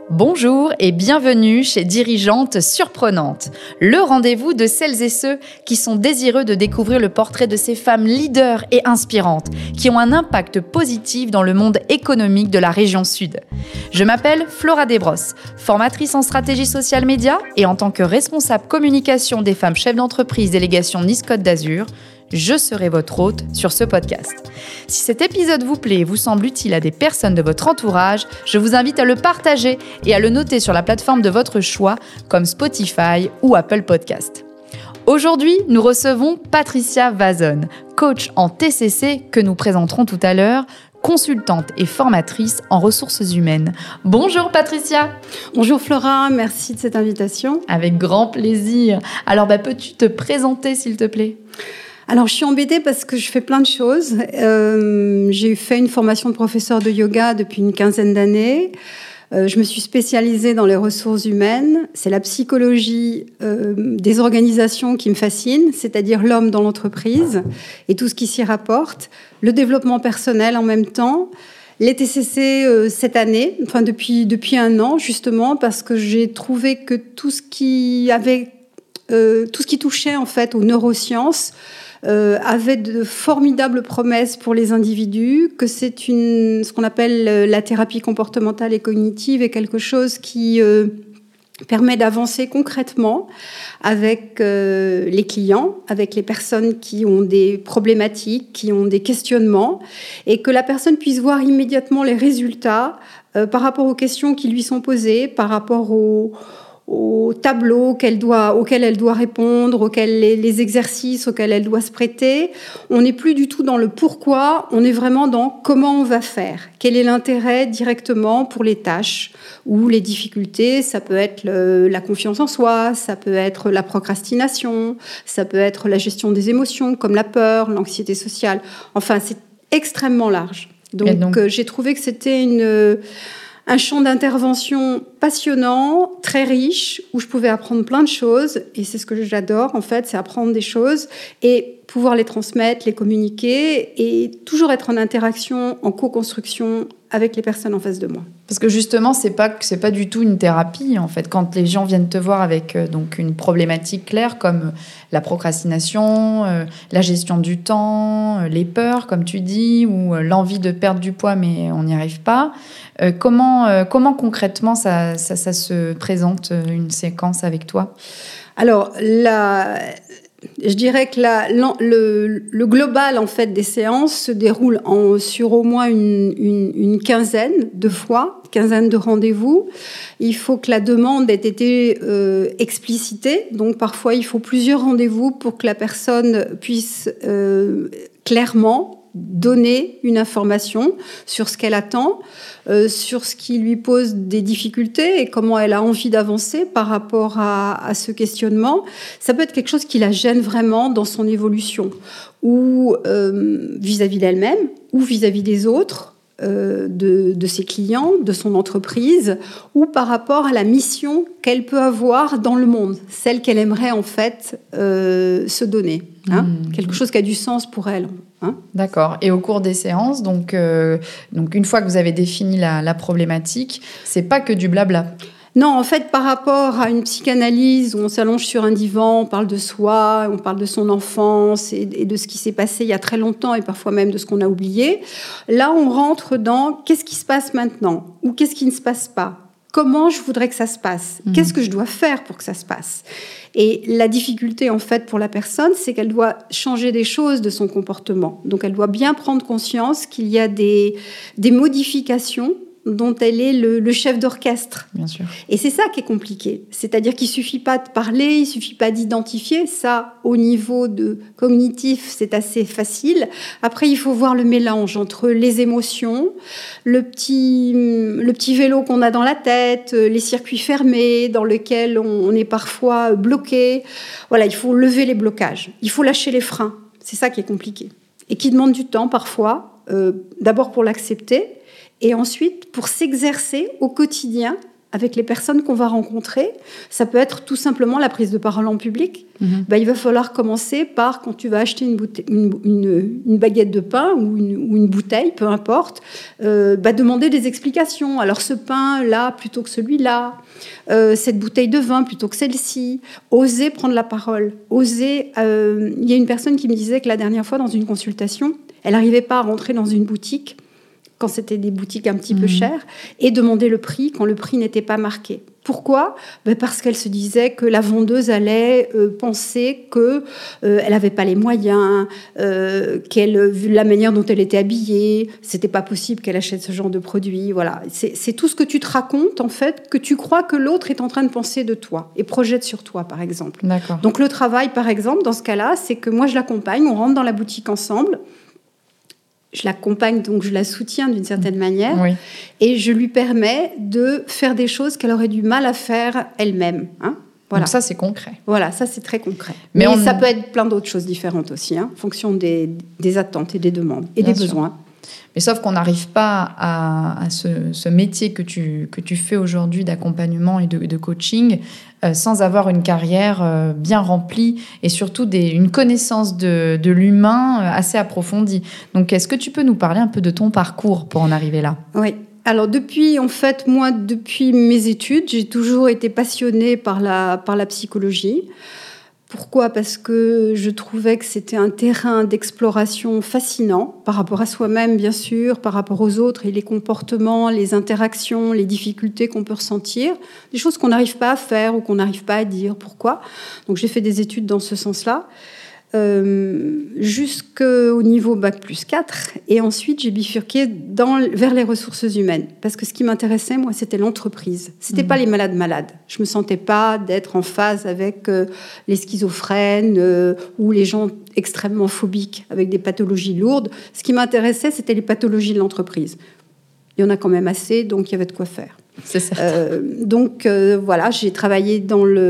Bonjour et bienvenue chez Dirigeantes Surprenantes, le rendez-vous de celles et ceux qui sont désireux de découvrir le portrait de ces femmes leaders et inspirantes qui ont un impact positif dans le monde économique de la région Sud. Je m'appelle Flora Desbrosses, formatrice en stratégie social média et en tant que responsable communication des femmes chefs d'entreprise délégation Nice Côte d'Azur, je serai votre hôte sur ce podcast. Si cet épisode vous plaît et vous semble utile à des personnes de votre entourage, je vous invite à le partager et à le noter sur la plateforme de votre choix comme Spotify ou Apple Podcast. Aujourd'hui, nous recevons Patricia Vazone, coach en TCC que nous présenterons tout à l'heure, consultante et formatrice en ressources humaines. Bonjour Patricia. Bonjour Flora, merci de cette invitation. Avec grand plaisir. Alors peux-tu te présenter s'il te plaît ? Alors, je suis embêtée parce que je fais plein de choses. J'ai fait une formation de professeur de yoga depuis une quinzaine d'années. Je me suis spécialisée dans les ressources humaines. C'est la psychologie des organisations qui me fascine, c'est-à-dire l'homme dans l'entreprise et tout ce qui s'y rapporte. Le développement personnel en même temps. Les TCC cette année, enfin depuis un an justement, parce que j'ai trouvé que tout ce qui touchait en fait aux neurosciences avait de formidables promesses pour les individus, que c'est ce qu'on appelle la thérapie comportementale et cognitive est quelque chose qui permet d'avancer concrètement avec les clients, avec les personnes qui ont des problématiques, qui ont des questionnements, et que la personne puisse voir immédiatement les résultats par rapport aux questions qui lui sont posées, par rapport au tableau auquel elle doit répondre, les exercices auxquels elle doit se prêter. On n'est plus du tout dans le pourquoi, on est vraiment dans comment on va faire. Quel est l'intérêt directement pour les tâches ou les difficultés. Ça peut être la confiance en soi, ça peut être la procrastination, ça peut être la gestion des émotions comme la peur, l'anxiété sociale. Enfin, c'est extrêmement large. Donc j'ai trouvé que c'était un champ d'intervention passionnant, très riche, où je pouvais apprendre plein de choses. Et c'est ce que j'adore, en fait, c'est apprendre des choses et pouvoir les transmettre, les communiquer et toujours être en interaction, en co-construction avec les personnes en face de moi. Parce que justement, c'est pas du tout une thérapie, en fait. Quand les gens viennent te voir avec donc une problématique claire comme la procrastination, la gestion du temps, les peurs, comme tu dis, ou l'envie de perdre du poids, mais on n'y arrive pas. Comment concrètement ça se présente, une séquence avec toi ? Alors, je dirais que le global en fait des séances se déroule sur au moins une quinzaine de fois, quinzaine de rendez-vous. Il faut que la demande ait été explicitée. Donc parfois il faut plusieurs rendez-vous pour que la personne puisse clairement donner une information sur ce qu'elle attend, sur ce qui lui pose des difficultés et comment elle a envie d'avancer par rapport à ce questionnement. Ça peut être quelque chose qui la gêne vraiment dans son évolution, ou vis-à-vis d'elle-même, ou vis-à-vis des autres, de ses clients, de son entreprise, ou par rapport à la mission qu'elle peut avoir dans le monde, celle qu'elle aimerait en fait se donner. Quelque chose qui a du sens pour elle. D'accord. Et au cours des séances, donc une fois que vous avez défini la problématique, c'est pas que du blabla. Non, en fait, par rapport à une psychanalyse où on s'allonge sur un divan, on parle de soi, on parle de son enfance et de ce qui s'est passé il y a très longtemps et parfois même de ce qu'on a oublié, là, on rentre dans qu'est-ce qui se passe maintenant ou qu'est-ce qui ne se passe pas. Comment je voudrais que ça se passe ? Qu'est-ce que je dois faire pour que ça se passe ? Et la difficulté, en fait, pour la personne, c'est qu'elle doit changer des choses de son comportement. Donc, elle doit bien prendre conscience qu'il y a des modifications dont elle est le chef d'orchestre. Bien sûr. Et c'est ça qui est compliqué. C'est-à-dire qu'il ne suffit pas de parler, il ne suffit pas d'identifier. Ça, au niveau cognitif, c'est assez facile. Après, il faut voir le mélange entre les émotions, le petit vélo qu'on a dans la tête, les circuits fermés dans lesquels on est parfois bloqué. Voilà, il faut lever les blocages. Il faut lâcher les freins. C'est ça qui est compliqué. Et qui demande du temps parfois, d'abord pour l'accepter, et ensuite pour s'exercer au quotidien avec les personnes qu'on va rencontrer. Ça peut être tout simplement la prise de parole en public. Il va falloir commencer par, quand tu vas acheter une baguette de pain ou une bouteille, peu importe, demander des explications. Alors ce pain-là plutôt que celui-là, cette bouteille de vin plutôt que celle-ci. Oser prendre la parole. Oser. Il y a une personne qui me disait que la dernière fois, dans une consultation, elle n'arrivait pas à rentrer dans une boutique quand c'était des boutiques un petit peu chères, et demander le prix quand le prix n'était pas marqué. Pourquoi ? Parce qu'elle se disait que la vendeuse allait penser qu'elle n'avait pas les moyens, vu la manière dont elle était habillée, c'était pas possible qu'elle achète ce genre de produit. Voilà. C'est tout ce que tu te racontes, en fait, que tu crois que l'autre est en train de penser de toi et projette sur toi, par exemple. D'accord. Donc le travail, par exemple, dans ce cas-là, c'est que moi, je l'accompagne, on rentre dans la boutique ensemble. Je l'accompagne, donc je la soutiens d'une certaine manière. Oui. Et je lui permets de faire des choses qu'elle aurait du mal à faire elle-même. Voilà. Donc ça, c'est concret. Voilà, ça, c'est très concret. Mais ça peut être plein d'autres choses différentes aussi, en fonction des attentes et des demandes et des besoins. Mais sauf qu'on n'arrive pas à ce métier que tu fais aujourd'hui d'accompagnement et de coaching sans avoir une carrière bien remplie et surtout une connaissance de l'humain assez approfondie. Donc, est-ce que tu peux nous parler un peu de ton parcours pour en arriver là ? Oui. Alors, depuis mes études, j'ai toujours été passionnée par la psychologie. Pourquoi ? Parce que je trouvais que c'était un terrain d'exploration fascinant par rapport à soi-même, bien sûr, par rapport aux autres et les comportements, les interactions, les difficultés qu'on peut ressentir, des choses qu'on n'arrive pas à faire ou qu'on n'arrive pas à dire. Pourquoi ? Donc j'ai fait des études dans ce sens-là. Jusqu'au niveau Bac+4. Et ensuite, j'ai bifurqué vers les ressources humaines. Parce que ce qui m'intéressait, moi, c'était l'entreprise. C'était pas les malades. Je me sentais pas d'être en phase avec les schizophrènes ou les gens extrêmement phobiques avec des pathologies lourdes. Ce qui m'intéressait, c'était les pathologies de l'entreprise. Il y en a quand même assez, donc il y avait de quoi faire. C'est certain. Voilà, j'ai travaillé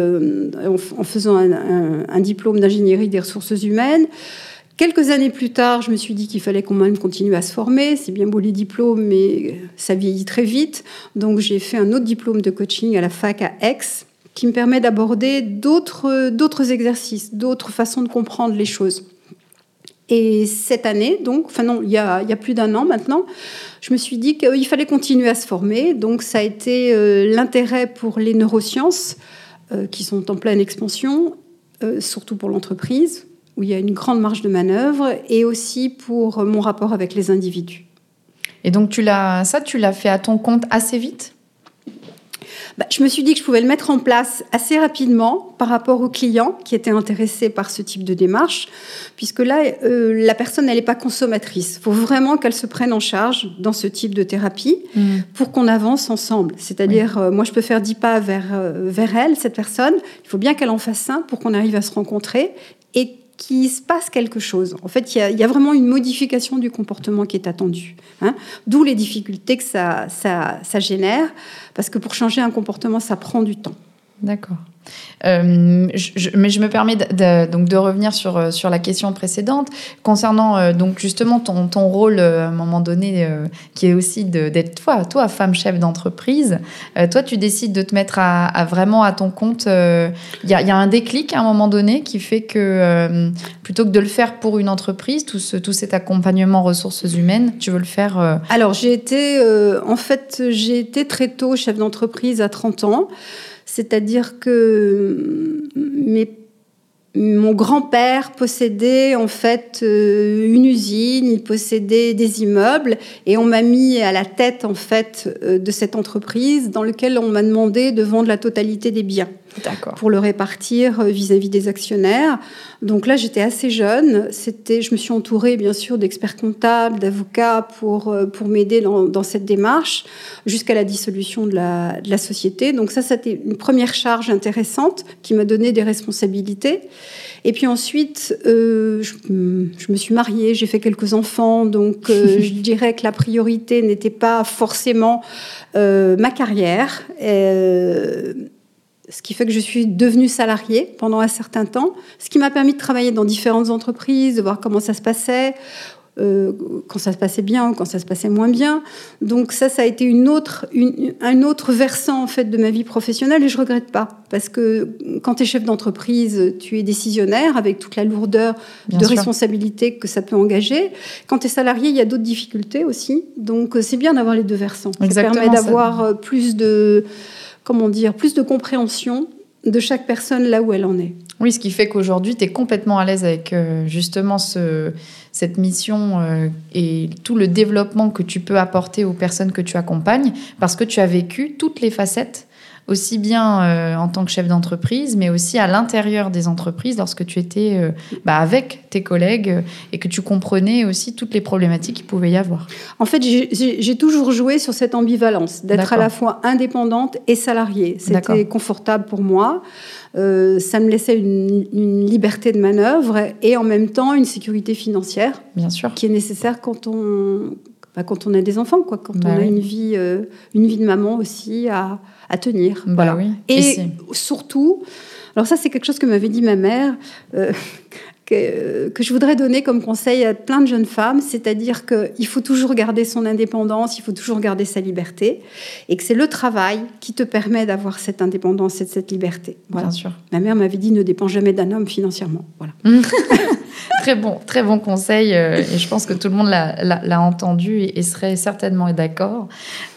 en faisant un diplôme d'ingénierie des ressources humaines. Quelques années plus tard, je me suis dit qu'il fallait quand même continuer à se former. C'est bien beau les diplômes, mais ça vieillit très vite. Donc j'ai fait un autre diplôme de coaching à la fac à Aix, qui me permet d'aborder d'autres exercices, d'autres façons de comprendre les choses. Et cette année, il y a plus d'un an maintenant, je me suis dit qu'il fallait continuer à se former. Donc, ça a été l'intérêt pour les neurosciences, qui sont en pleine expansion, surtout pour l'entreprise, où il y a une grande marge de manœuvre, et aussi pour mon rapport avec les individus. Et donc, tu l'as fait à ton compte assez vite ? Je me suis dit que je pouvais le mettre en place assez rapidement par rapport aux clients qui étaient intéressés par ce type de démarche, puisque là, la personne, elle n'est pas consommatrice. Il faut vraiment qu'elle se prenne en charge dans ce type de thérapie pour qu'on avance ensemble. C'est-à-dire, moi, je peux faire 10 pas vers elle, cette personne. Il faut bien qu'elle en fasse 1 pour qu'on arrive à se rencontrer et qu'il se passe quelque chose. En fait, il y a vraiment une modification du comportement qui est attendue. D'où les difficultés que ça génère, parce que pour changer un comportement, ça prend du temps. D'accord. Mais je me permets donc de revenir sur la question précédente concernant donc justement ton rôle à un moment donné qui est aussi d'être toi femme chef d'entreprise. Toi, tu décides de te mettre vraiment à ton compte. Il y a un déclic à un moment donné qui fait que plutôt que de le faire pour une entreprise, tout cet accompagnement ressources humaines, tu veux le faire. Alors j'ai été très tôt chef d'entreprise à 30 ans. C'est-à-dire que mon grand-père possédait en fait une usine, il possédait des immeubles et on m'a mis à la tête en fait de cette entreprise dans laquelle on m'a demandé de vendre la totalité des biens. D'accord. Pour le répartir vis-à-vis des actionnaires. Donc là, j'étais assez jeune. Je me suis entourée, bien sûr, d'experts comptables, d'avocats pour m'aider dans cette démarche jusqu'à la dissolution de la société. Donc ça, c'était une première charge intéressante qui m'a donné des responsabilités. Et puis ensuite, je me suis mariée, j'ai fait quelques enfants. Donc je dirais que la priorité n'était pas forcément ma carrière. Ce qui fait que je suis devenue salariée pendant un certain temps, ce qui m'a permis de travailler dans différentes entreprises, de voir comment ça se passait, quand ça se passait bien ou quand ça se passait moins bien. Donc ça a été un autre versant en fait de ma vie professionnelle et je regrette pas parce que quand tu es chef d'entreprise, tu es décisionnaire avec toute la lourdeur de responsabilité que ça peut engager. Quand tu es salarié, il y a d'autres difficultés aussi. Donc c'est bien d'avoir les deux versants. Exactement, ça permet d'avoir plus de compréhension de chaque personne là où elle en est. Oui, ce qui fait qu'aujourd'hui, tu es complètement à l'aise avec justement cette mission et tout le développement que tu peux apporter aux personnes que tu accompagnes parce que tu as vécu toutes les facettes, aussi bien en tant que chef d'entreprise, mais aussi à l'intérieur des entreprises lorsque tu étais avec tes collègues et que tu comprenais aussi toutes les problématiques qu'il pouvait y avoir. En fait, j'ai toujours joué sur cette ambivalence, d'être à la fois indépendante et salariée. C'était confortable pour moi. Ça me laissait une liberté de manœuvre et en même temps une sécurité financière, bien sûr, qui est nécessaire quand on a des enfants, quoi, quand on a une vie de maman aussi à tenir. Voilà. Oui. Et surtout, alors ça c'est quelque chose que m'avait dit ma mère, que je voudrais donner comme conseil à plein de jeunes femmes, c'est-à-dire qu'il faut toujours garder son indépendance, il faut toujours garder sa liberté, et que c'est le travail qui te permet d'avoir cette indépendance et cette liberté. Voilà. Bien sûr. Ma mère m'avait dit ne dépends jamais d'un homme financièrement. Voilà. Très bon conseil, et je pense que tout le monde l'a entendu et serait certainement d'accord.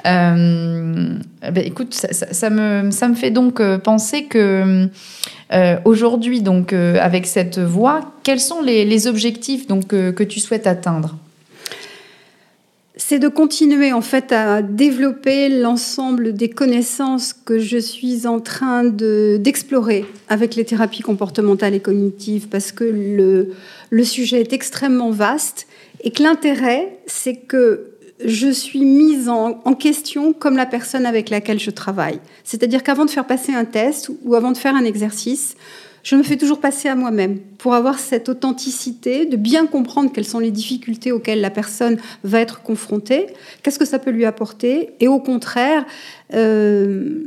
Écoute, ça me fait donc penser que aujourd'hui, donc, avec cette voie, quels sont les objectifs donc, que tu souhaites atteindre ? C'est de continuer en fait à développer l'ensemble des connaissances que je suis en train d'explorer avec les thérapies comportementales et cognitives parce que le sujet est extrêmement vaste et que l'intérêt, c'est que je suis mise en question comme la personne avec laquelle je travaille. C'est-à-dire qu'avant de faire passer un test ou avant de faire un exercice, je me fais toujours passer à moi-même pour avoir cette authenticité, de bien comprendre quelles sont les difficultés auxquelles la personne va être confrontée, qu'est-ce que ça peut lui apporter, et au contraire, la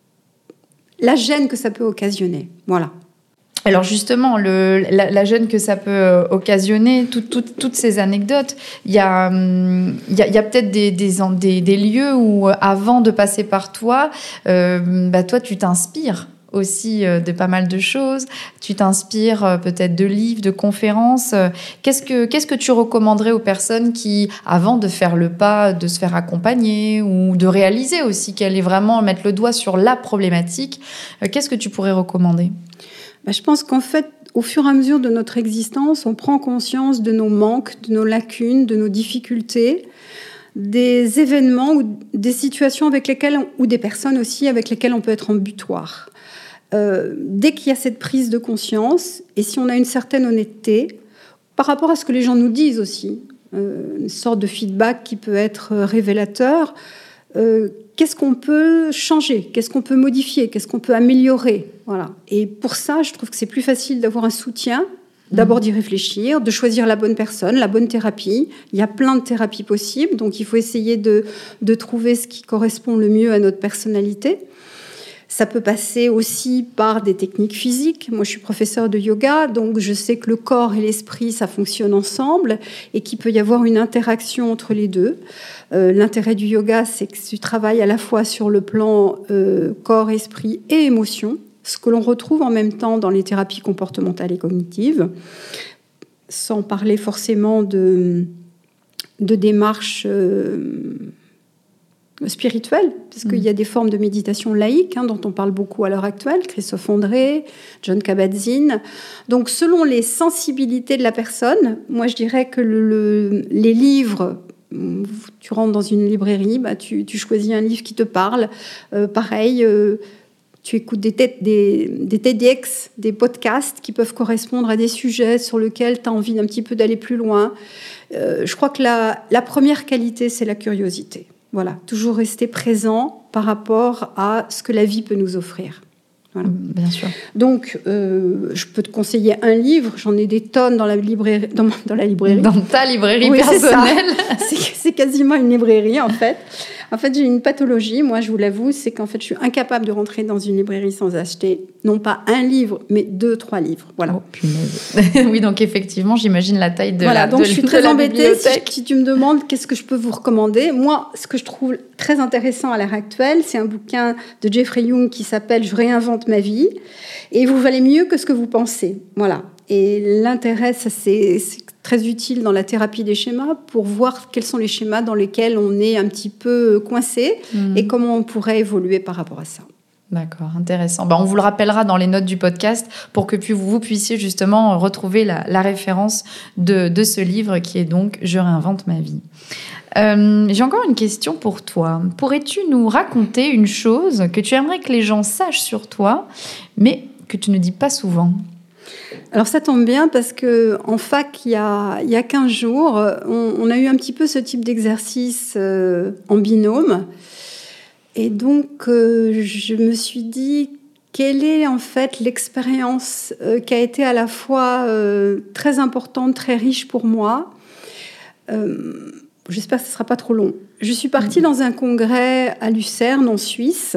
gêne que ça peut occasionner. Voilà. Alors justement, la gêne que ça peut occasionner, toutes ces anecdotes, il y a peut-être des lieux où, avant de passer par toi, toi, tu t'inspires aussi de pas mal de choses. Tu t'inspires peut-être de livres, de conférences. Qu'est-ce que tu recommanderais aux personnes qui, avant de faire le pas, de se faire accompagner ou de réaliser aussi qu'elle est vraiment mettre le doigt sur la problématique, qu'est-ce que tu pourrais recommander ? Je pense qu'en fait, au fur et à mesure de notre existence, on prend conscience de nos manques, de nos lacunes, de nos difficultés, des événements ou des situations avec lesquelles, ou des personnes aussi avec lesquelles on peut être en butoir. Dès qu'il y a cette prise de conscience, et si on a une certaine honnêteté, par rapport à ce que les gens nous disent aussi, une sorte de feedback qui peut être révélateur, qu'est-ce qu'on peut changer, qu'est-ce qu'on peut modifier, qu'est-ce qu'on peut améliorer, voilà. Et pour ça, je trouve que c'est plus facile d'avoir un soutien, d'abord d'y réfléchir, de choisir la bonne personne, la bonne thérapie. Il y a plein de thérapies possibles, donc il faut essayer de trouver ce qui correspond le mieux à notre personnalité. Ça peut passer aussi par des techniques physiques. Moi, je suis professeure de yoga, donc je sais que le corps et l'esprit, ça fonctionne ensemble et qu'il peut y avoir une interaction entre les deux. L'intérêt du yoga, c'est que tu travailles à la fois sur le plan corps, esprit et émotion, ce que l'on retrouve en même temps dans les thérapies comportementales et cognitives, sans parler forcément de démarches spirituelle, parce qu'il y a des formes de méditation laïque dont on parle beaucoup à l'heure actuelle, Christophe André, John Kabat-Zinn. Donc, selon les sensibilités de la personne, moi, je dirais que les livres, tu rentres dans une librairie, tu choisis un livre qui te parle. Pareil, tu écoutes des TEDx, des podcasts qui peuvent correspondre à des sujets sur lesquels tu as envie d'un petit peu d'aller plus loin. Je crois que la première qualité, c'est la curiosité. Voilà, toujours rester présent par rapport à ce que la vie peut nous offrir. Voilà. Bien sûr. Donc, je peux te conseiller un livre. J'en ai des tonnes dans la librairie. Dans la librairie. Dans ta librairie personnelle. C'est quasiment une librairie, en fait. En fait, j'ai une pathologie, moi je vous l'avoue, c'est qu'en fait je suis incapable de rentrer dans une librairie sans acheter, non pas un livre, mais 2-3 livres. Voilà. Oh, punaise. Oui, donc effectivement, j'imagine la taille de voilà, la donc je suis très embêtée bibliothèque. si tu me demandes qu'est-ce que je peux vous recommander. Moi, ce que je trouve très intéressant à l'heure actuelle, c'est un bouquin de Jeffrey Young qui s'appelle « Je réinvente ma vie ». Et vous valez mieux que ce que vous pensez. Voilà. Et l'intérêt, ça, c'est très utile dans la thérapie des schémas pour voir quels sont les schémas dans lesquels on est un petit peu coincé et comment on pourrait évoluer par rapport à ça. D'accord, intéressant. On vous le rappellera dans les notes du podcast pour que vous puissiez justement retrouver la référence de ce livre qui est donc « Je réinvente ma vie ». J'ai encore une question pour toi. Pourrais-tu nous raconter une chose que tu aimerais que les gens sachent sur toi, mais que tu ne dis pas souvent ? Alors ça tombe bien parce qu'en fac, il y a 15 jours, on a eu un petit peu ce type d'exercice en binôme. Et donc, je me suis dit, quelle est en fait l'expérience qui a été à la fois très importante, très riche pour moi. J'espère que ce ne sera pas trop long. Je suis partie dans un congrès à Lucerne, en Suisse.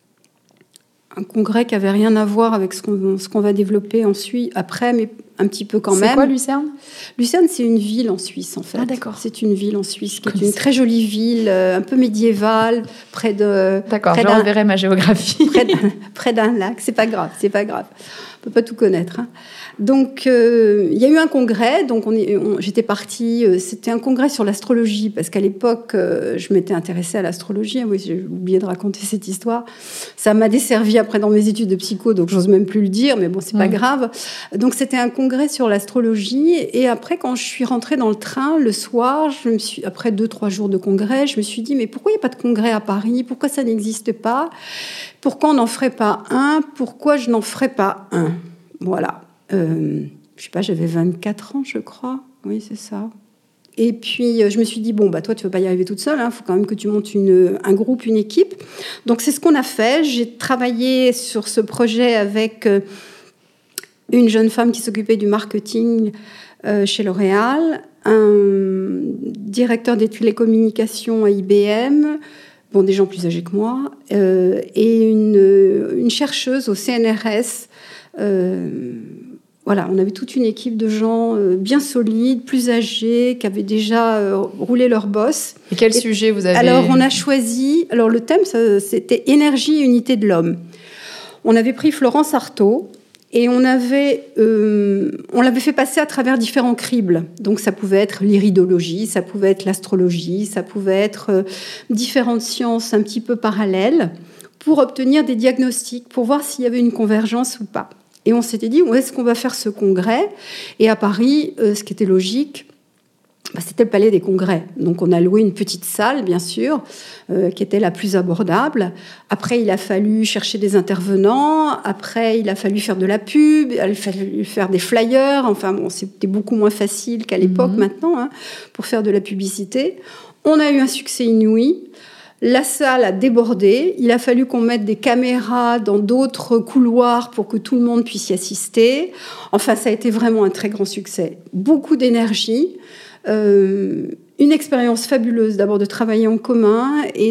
Un congrès qui n'avait rien à voir avec ce qu'on va développer après, mais un petit peu quand même. C'est quoi Lucerne ? Lucerne, c'est une ville en Suisse, en fait. Ah, d'accord. C'est une ville en Suisse qui est une très jolie ville, un peu médiévale, près de... D'accord, je reverrai ma géographie. près d'un lac. C'est pas grave. On peut pas tout connaître. Hein. Donc, il y a eu un congrès. Donc, j'étais partie. C'était un congrès sur l'astrologie, parce qu'à l'époque, je m'étais intéressée à l'astrologie. Oui, j'ai oublié de raconter cette histoire. Ça m'a desservi après dans mes études de psycho, donc j'ose même plus le dire, mais bon, c'est pas grave. Donc, c'était un congrès sur l'astrologie. Et après, quand je suis rentrée dans le train le soir, après 2-3 jours de congrès, je me suis dit, mais pourquoi il n'y a pas de congrès à Paris ? Pourquoi ça n'existe pas ? Pourquoi on n'en ferait pas un ? Pourquoi je n'en ferais pas un ? Voilà. Je sais pas, j'avais 24 ans, je crois. Oui, c'est ça. Et puis, je me suis dit, toi, tu ne vas pas y arriver toute seule. Il faut quand même que tu montes un groupe, une équipe. Donc, c'est ce qu'on a fait. J'ai travaillé sur ce projet avec une jeune femme qui s'occupait du marketing chez L'Oréal, un directeur des télécommunications à IBM, des gens plus âgés que moi, et une chercheuse au CNRS. Voilà, on avait toute une équipe de gens bien solides, plus âgés, qui avaient déjà roulé leur boss. Et quel sujet vous avez ? Alors, on a choisi... Alors, le thème, c'était « Énergie et unité de l'homme ». On avait pris Florence Artaud et on l'avait fait passer à travers différents cribles. Donc, ça pouvait être l'iridologie, ça pouvait être l'astrologie, ça pouvait être différentes sciences un petit peu parallèles pour obtenir des diagnostics, pour voir s'il y avait une convergence ou pas. Et on s'était dit, où est-ce qu'on va faire ce congrès ? Et à Paris, ce qui était logique, c'était le Palais des Congrès. Donc, on a loué une petite salle, bien sûr, qui était la plus abordable. Après, il a fallu chercher des intervenants. Après, il a fallu faire de la pub. Il a fallu faire des flyers. Enfin, c'était beaucoup moins facile qu'à l'époque, maintenant, pour faire de la publicité. On a eu un succès inouï. La salle a débordé. Il a fallu qu'on mette des caméras dans d'autres couloirs pour que tout le monde puisse y assister. Enfin, ça a été vraiment un très grand succès. Beaucoup d'énergie. Une expérience fabuleuse, d'abord de travailler en commun et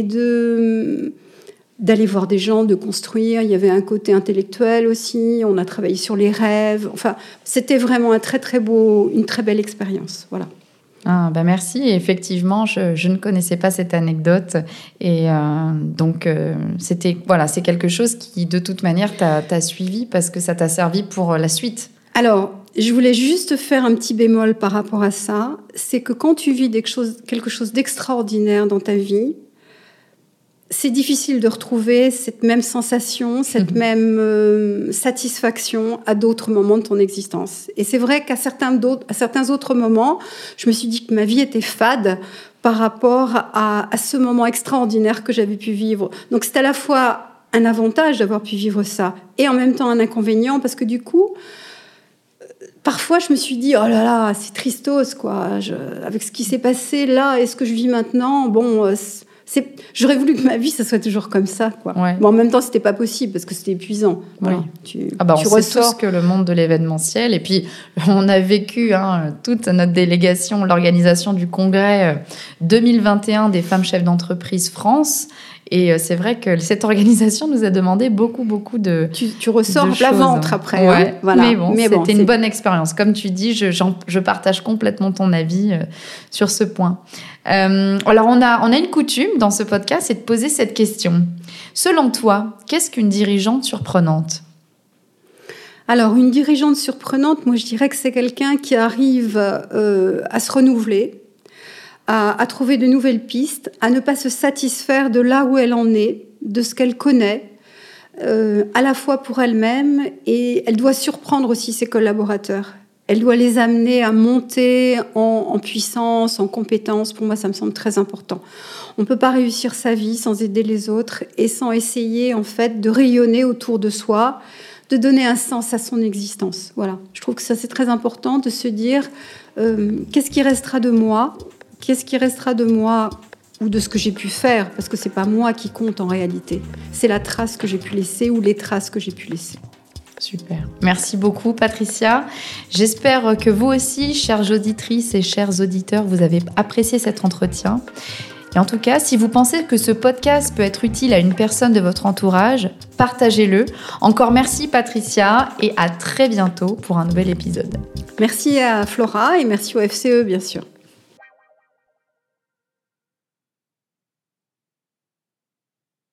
d'aller voir des gens, de construire. Il y avait un côté intellectuel aussi. On a travaillé sur les rêves. Enfin, c'était vraiment une très belle expérience. Voilà. Ah, merci. Et effectivement, je ne connaissais pas cette anecdote. Et donc, c'est quelque chose qui, de toute manière, t'a suivi parce que ça t'a servi pour la suite. Alors, je voulais juste faire un petit bémol par rapport à ça. C'est que quand tu vis quelque chose d'extraordinaire dans ta vie, c'est difficile de retrouver cette même sensation, cette même satisfaction à d'autres moments de ton existence. Et c'est vrai qu'à certains autres moments, je me suis dit que ma vie était fade par rapport à ce moment extraordinaire que j'avais pu vivre. Donc c'est à la fois un avantage d'avoir pu vivre ça et en même temps un inconvénient parce que du coup, parfois je me suis dit, oh là là, c'est tristos, quoi. Avec ce qui s'est passé là et ce que je vis maintenant, J'aurais voulu que ma vie, ça soit toujours comme ça, quoi. Ouais. Bon, en même temps, c'était pas possible parce que c'était épuisant. Voilà. Oui. Tu On sait ressors. tous que le monde de l'événementiel, et puis on a vécu, toute notre délégation, l'organisation du congrès 2021 des femmes chefs d'entreprise France. Et c'est vrai que cette organisation nous a demandé beaucoup de Tu ressors de la choses. ventre après. Ouais. Hein, voilà. Mais bon, c'était une bonne expérience. Comme tu dis, je partage complètement ton avis sur ce point. Alors, on a une coutume dans ce podcast, c'est de poser cette question. Selon toi, qu'est-ce qu'une dirigeante surprenante ? Alors, une dirigeante surprenante, moi, je dirais que c'est quelqu'un qui arrive à se renouveler, à trouver de nouvelles pistes, à ne pas se satisfaire de là où elle en est, de ce qu'elle connaît, à la fois pour elle-même, et elle doit surprendre aussi ses collaborateurs. Elle doit les amener à monter en puissance, en compétence. Pour moi, ça me semble très important. On ne peut pas réussir sa vie sans aider les autres et sans essayer, en fait, de rayonner autour de soi, de donner un sens à son existence. Voilà. Je trouve que ça, c'est très important de se dire qu'est-ce qui restera de moi ? Qu'est-ce qui restera de moi ou de ce que j'ai pu faire ? Parce que ce n'est pas moi qui compte en réalité. C'est la trace que j'ai pu laisser ou les traces que j'ai pu laisser. Super. Merci beaucoup, Patricia. J'espère que vous aussi, chères auditrices et chers auditeurs, vous avez apprécié cet entretien. Et en tout cas, si vous pensez que ce podcast peut être utile à une personne de votre entourage, partagez-le. Encore merci, Patricia, et à très bientôt pour un nouvel épisode. Merci à Flora et merci au FCE, bien sûr.